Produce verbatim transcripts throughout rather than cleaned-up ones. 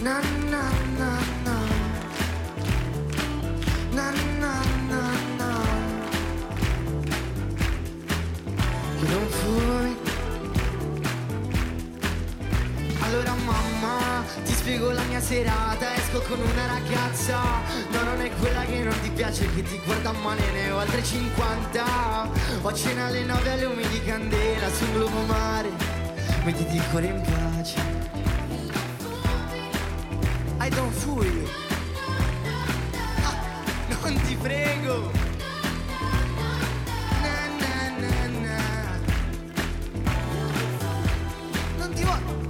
Na na na na. Na na na na. You don't fool me. Allora mamma, ti spiego la mia serata. Esco con una ragazza, no, non è quella che non ti piace, che ti guarda male, ne ho altre cinquanta. Ho cena alle nove alle lumi di candela su un lungomare. Mettiti il cuore in pace. I don't fool you. Ah, non ti prego. Na na na na. Non ti voglio.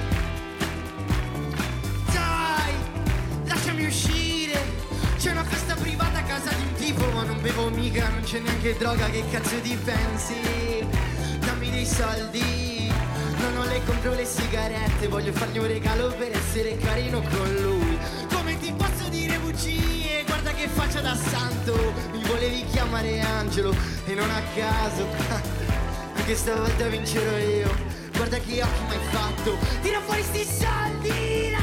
Dai, lasciami uscire. C'è una festa privata a casa di un tipo, ma non bevo mica, non c'è neanche droga, che cazzo ti pensi? Dammi dei soldi. Non ho le compro le sigarette, voglio fargli un regalo per essere carino con lui. Come ti posso dire bugie? Guarda che faccia da santo. Mi volevi chiamare Angelo e non a caso. Anche stavolta vincerò io. Guarda che occhi mi hai fatto. Tira fuori sti soldi.